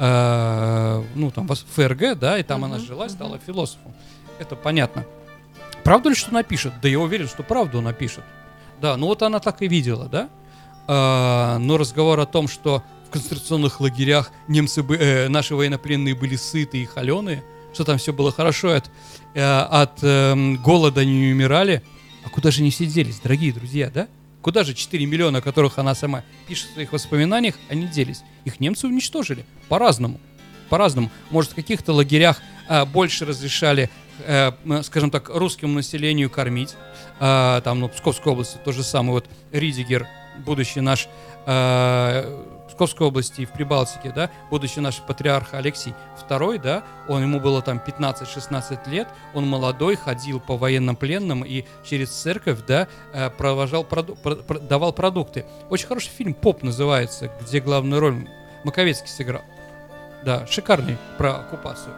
в ФРГ, да, и там она жила, стала философом. Это понятно. Правду ли, что напишет? Да я уверен, что правду напишет. Да, она так и видела, да. Но разговор о том, что в концентрационных лагерях наши военнопленные были сыты и холеные, что там все было хорошо, от голода они не умирали. А куда же они все делись, дорогие друзья, да? Куда же 4 миллиона, о которых она сама пишет в своих воспоминаниях, они делись? Их немцы уничтожили по-разному. По-разному. Может, в каких-то лагерях больше разрешали, скажем так, русскому населению кормить. В Псковской области то же самое. Вот Ридигер, будущий наш... Псковской области и в Прибалтике, да, будущий наш патриарх Алексий II, да, ему было там 15-16 лет, он молодой, ходил по военнопленным и через церковь, да, давал продукты. Очень хороший фильм «Поп» называется, где главную роль Маковецкий сыграл. Да, шикарный про оккупацию.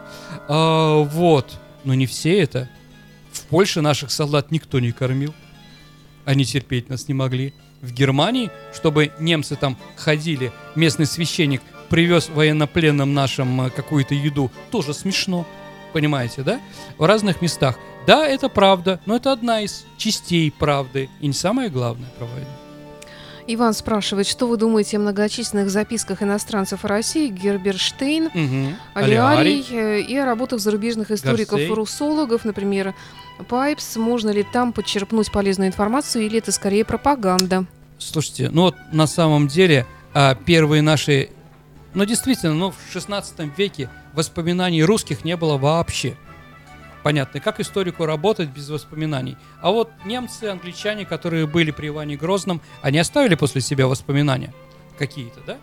Но не все это. В Польше наших солдат никто не кормил. Они терпеть нас не могли. В Германии, чтобы немцы там ходили, местный священник привез военнопленным нашим какую-то еду, тоже смешно, понимаете, да? В разных местах. Да, это правда, но это одна из частей правды, и не самое главное про войну. Иван спрашивает, что вы думаете о многочисленных записках иностранцев о России, Герберштейн, Алиарий и о работах зарубежных историков и русологов, например, Пайпс. Можно ли там подчерпнуть полезную информацию или это скорее пропаганда? Слушайте, на самом деле первые наши, действительно, в 16 веке воспоминаний русских не было вообще. Понятно, как историку работать без воспоминаний. А вот немцы, англичане, которые были при Иване Грозном, они оставили после себя воспоминания какие-то, да?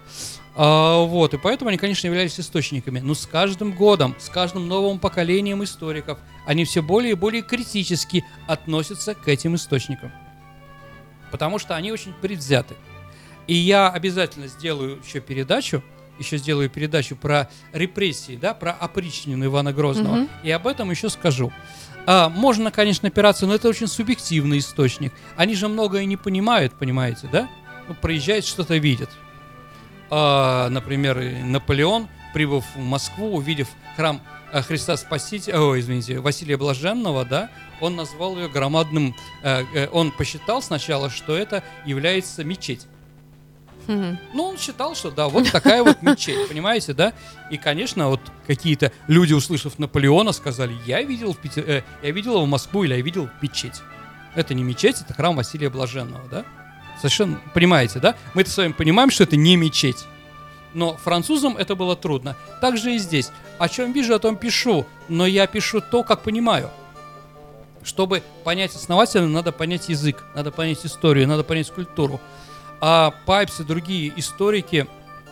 И поэтому они, конечно, являлись источниками. Но с каждым годом, с каждым новым поколением историков, они все более и более критически относятся к этим источникам. Потому что они очень предвзяты. И я обязательно сделаю передачу про репрессии, да, про опричнину Ивана Грозного. И об этом еще скажу. Можно, конечно, опираться, но это очень субъективный источник. Они же многое не понимают, понимаете, да? Проезжают, что-то видят. Например, Наполеон, прибыв в Москву, увидев храм Христа Спасителя, Василия Блаженного, да, он назвал ее громадным... он посчитал сначала, что это является мечеть. Он считал, что да, вот такая вот мечеть, понимаете, да? И, конечно, какие-то люди, услышав Наполеона, сказали, я видел его в Москву или я видел мечеть. Это не мечеть, это храм Василия Блаженного, да? Совершенно, понимаете, да? Мы-то с вами понимаем, что это не мечеть. Но французам это было трудно. Так же и здесь. О чем вижу, о том пишу. Но я пишу то, как понимаю. Чтобы понять основательно, надо понять язык, надо понять историю, надо понять культуру. А Пайпс и другие историки,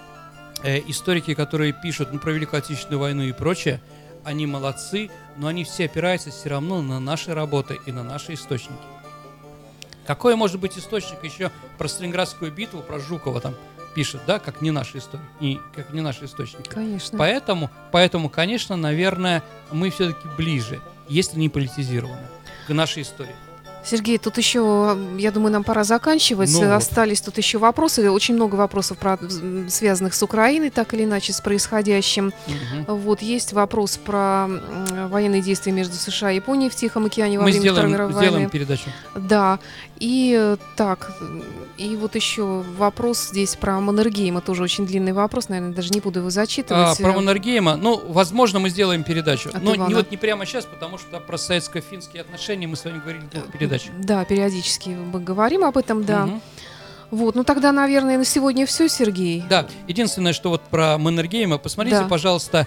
которые пишут про Великую Отечественную войну и прочее, они молодцы, но они все опираются все равно на наши работы и на наши источники. Какой может быть источник еще про Сталинградскую битву, про Жукова, там, пишет, да, как не наши истории, и как не наши источники. Конечно. Поэтому, конечно, наверное, мы все-таки ближе, если не политизированы, к нашей истории. Сергей, тут еще, я думаю, нам пора заканчивать. Остались тут еще вопросы. Очень много вопросов, связанных с Украиной, так или иначе, с происходящим. Вот есть вопрос про военные действия между США и Японией в Тихом океане во время Второй мировой войны. Мы сделаем передачу. Да. И вот еще вопрос здесь про Маннергейма. Тоже очень длинный вопрос, наверное, даже не буду его зачитывать. Про Маннергейма, возможно, мы сделаем передачу. Но не прямо сейчас, потому что про советско-финские отношения мы с вами говорили в передаче. Да, периодически мы говорим об этом, да. Вот, тогда, наверное, на сегодня все, Сергей. Да, единственное, что вот про Маннергейма, посмотрите, пожалуйста,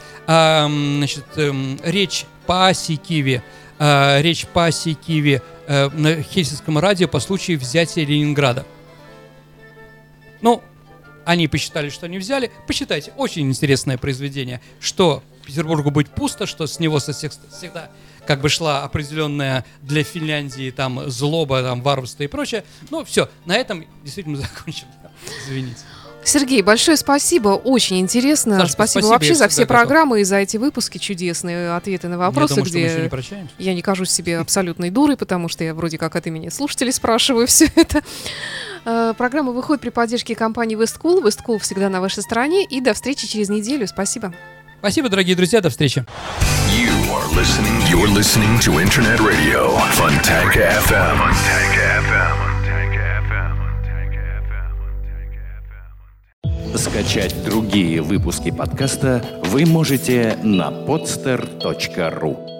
речь Пасекиеве на Хельсинском радио по случаю взятия Ленинграда. Они посчитали, что не взяли. Посчитайте, очень интересное произведение, что Петербургу будет пусто, что с него всегда как бы шла определенная для Финляндии там злоба, там варварство и прочее. Все, на этом действительно закончим. Извините. Сергей, большое спасибо, очень интересно. Саша, спасибо вообще за все программы и за эти выпуски чудесные, ответы на вопросы, я думаю, где что мы еще не прощаемся. Я не кажусь себе абсолютной дурой, потому что я вроде как от имени слушателей спрашиваю все это. Программа выходит при поддержке компании Westcool. Westcool всегда на вашей стороне. И до встречи через неделю. Спасибо. Спасибо, дорогие друзья. До встречи. You're listening to Internet Radio, Fontanka FM. Скачать другие выпуски подкаста вы можете на podster.ru.